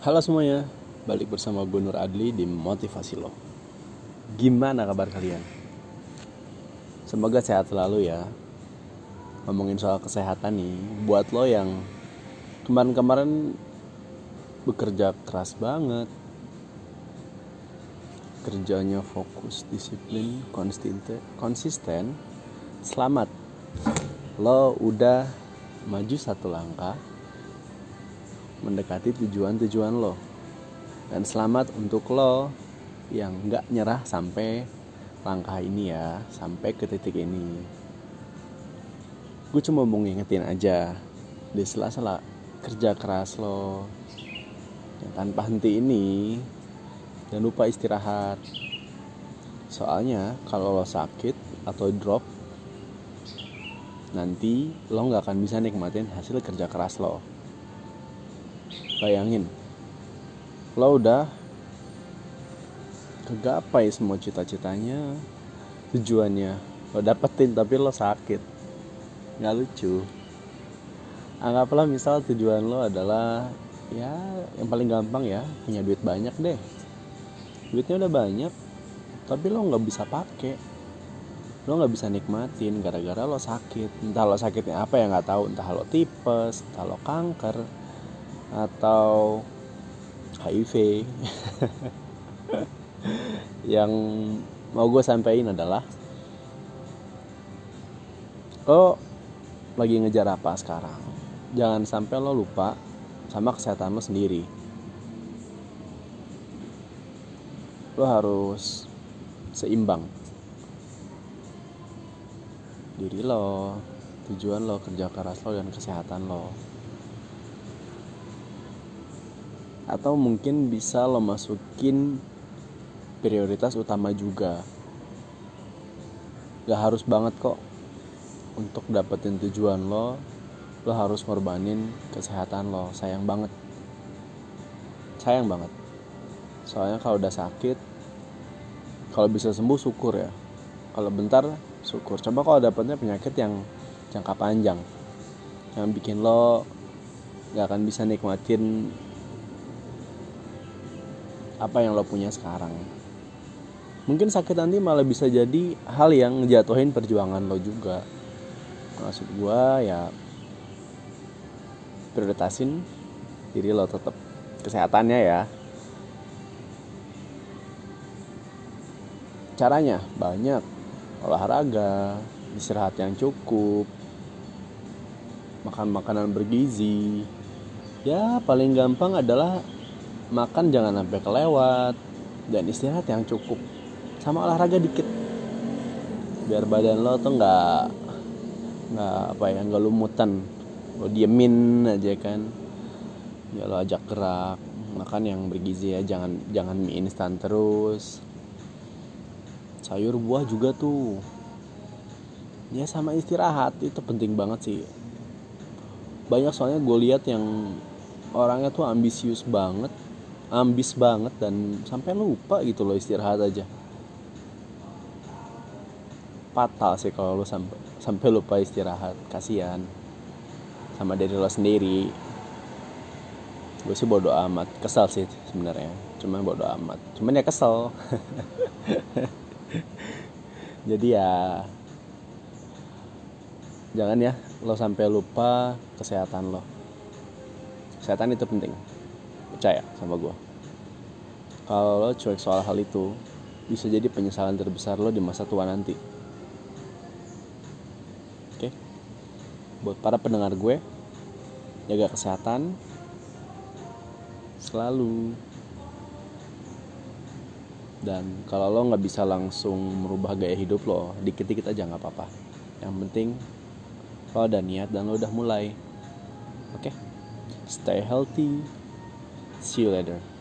Halo semuanya, balik bersama gue Nur Adli di Motivasi Lo. Gimana kabar kalian? Semoga sehat selalu ya. Ngomongin soal kesehatan nih, buat lo yang kemarin-kemarin bekerja keras banget, kerjanya fokus, disiplin, konsisten, selamat. Lo udah maju satu langkah mendekati tujuan-tujuan lo. Dan selamat untuk lo yang gak nyerah sampai langkah ini ya, sampai ke titik ini. Gue cuma mau ngingetin aja, di sela-sela kerja keras lo yang tanpa henti ini, jangan lupa istirahat. Soalnya kalau lo sakit atau drop, nanti lo gak akan bisa nikmatin hasil kerja keras lo. Bayangin, lo udah kegapai semua cita-citanya, tujuannya lo dapetin, tapi lo sakit. Gak lucu. Anggaplah misal tujuan lo adalah, ya yang paling gampang ya, punya duit banyak deh. Duitnya udah banyak, tapi lo gak bisa pakai, lo gak bisa nikmatin gara-gara lo sakit. Entah lo sakitnya apa ya gak tahu, entah lo tipes, entah lo kanker, atau HIV. Yang mau gue sampaikan adalah, lo lagi ngejar apa sekarang? Jangan sampai lo lupa sama kesehatan lo sendiri. Lo harus seimbang diri lo, tujuan lo, kerja keras lo, dan kesehatan lo. Atau mungkin bisa lo masukin prioritas utama juga. Gak harus banget kok untuk dapetin tujuan lo harus ngorbanin kesehatan lo. Sayang banget. Soalnya kalau udah sakit, kalau bisa sembuh syukur ya. Kalau bentar syukur. Coba kalau dapetnya penyakit yang jangka panjang, yang bikin lo gak akan bisa nikmatin apa yang lo punya sekarang. Mungkin sakit nanti malah bisa jadi hal yang ngejatuhin perjuangan lo juga. Maksud gue ya, prioritasin diri lo tetap, kesehatannya ya. Caranya banyak: olahraga, istirahat yang cukup, makan makanan bergizi. Ya paling gampang adalah makan jangan sampai kelewat, dan istirahat yang cukup, sama olahraga dikit, biar badan lo tuh nggak lumutan. Lo diemin aja kan, ya lo ajak gerak, makan yang bergizi ya, jangan mie instan terus, sayur buah juga tuh ya, sama istirahat itu penting banget sih. Banyak soalnya gue lihat yang orangnya tuh ambis banget dan sampai lupa gitu loh istirahat aja. Fatal sih kalau lo sampai lupa istirahat. Kasian sama diri lo sendiri. Gue sih bodo amat, kesel sih sebenarnya, cuman bodo amat, cuman ya kesel. Jadi ya jangan ya lo sampai lupa kesehatan lo. Kesehatan itu penting, percaya sama gue. Kalau lo cuek soal hal itu, bisa jadi penyesalan terbesar lo di masa tua nanti. Oke? Buat para pendengar gue, jaga kesehatan selalu. Dan kalau lo gak bisa langsung merubah gaya hidup lo, dikit-dikit aja gak apa-apa. Yang penting lo ada niat dan lo udah mulai. Oke? Stay healthy. See you later.